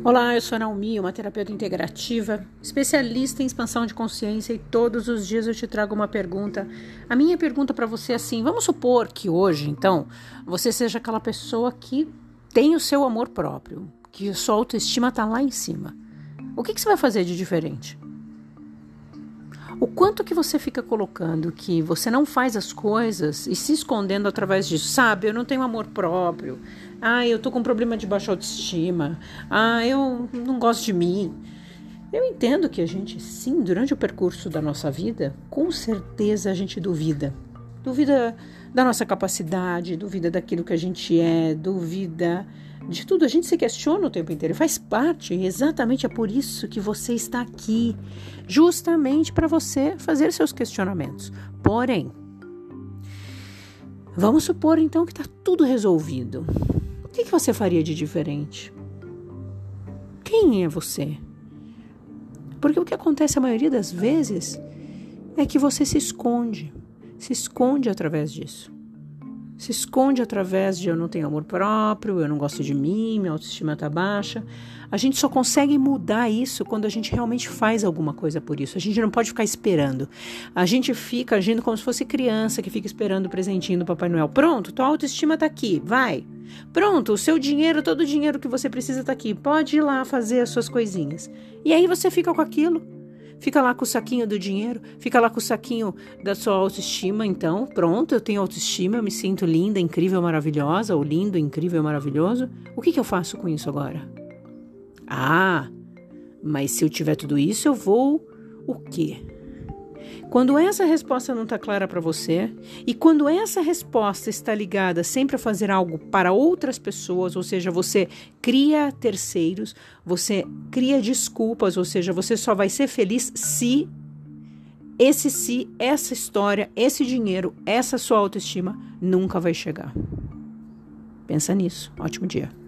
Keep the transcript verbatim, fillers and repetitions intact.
Olá, eu sou a Naomi, uma terapeuta integrativa, especialista em expansão de consciência, e todos os dias eu te trago uma pergunta. A minha pergunta para você é assim: vamos supor que hoje, então, você seja aquela pessoa que tem o seu amor próprio, que a sua autoestima está lá em cima. O que, que você vai fazer de diferente? O quanto que você fica colocando que você não faz as coisas e se escondendo através disso, sabe? Eu não tenho amor próprio. Ah, eu tô com problema de baixa autoestima. Ah, eu não gosto de mim. Eu entendo que a gente, sim, durante o percurso da nossa vida, com certeza a gente duvida. Duvida da nossa capacidade, duvida daquilo que a gente é, duvida de tudo. A gente se questiona o tempo inteiro. Faz parte, exatamente é por isso que você está aqui. Justamente para você fazer seus questionamentos. Porém, vamos supor então que está tudo resolvido. O que, que você faria de diferente? Quem é você? Porque o que acontece a maioria das vezes é que você se esconde. Se esconde através disso. Se esconde através de eu não tenho amor próprio, eu não gosto de mim, minha autoestima está baixa. A gente só consegue mudar isso quando a gente realmente faz alguma coisa por isso. A gente não pode ficar esperando. A gente fica agindo como se fosse criança que fica esperando o presentinho do Papai Noel. Pronto, tua autoestima está aqui, vai. Pronto, o seu dinheiro, todo o dinheiro que você precisa está aqui. Pode ir lá fazer as suas coisinhas. E aí você fica com aquilo. Fica lá com o saquinho do dinheiro, fica lá com o saquinho da sua autoestima, então, pronto, eu tenho autoestima, eu me sinto linda, incrível, maravilhosa, ou lindo, incrível, maravilhoso. O que que eu faço com isso agora? Ah, mas se eu tiver tudo isso, eu vou o quê? Quando essa resposta não está clara para você, e quando essa resposta está ligada sempre a fazer algo para outras pessoas, ou seja, você cria terceiros, você cria desculpas, ou seja, você só vai ser feliz se esse se, essa história, esse dinheiro, essa sua autoestima nunca vai chegar. Pensa nisso. Ótimo dia.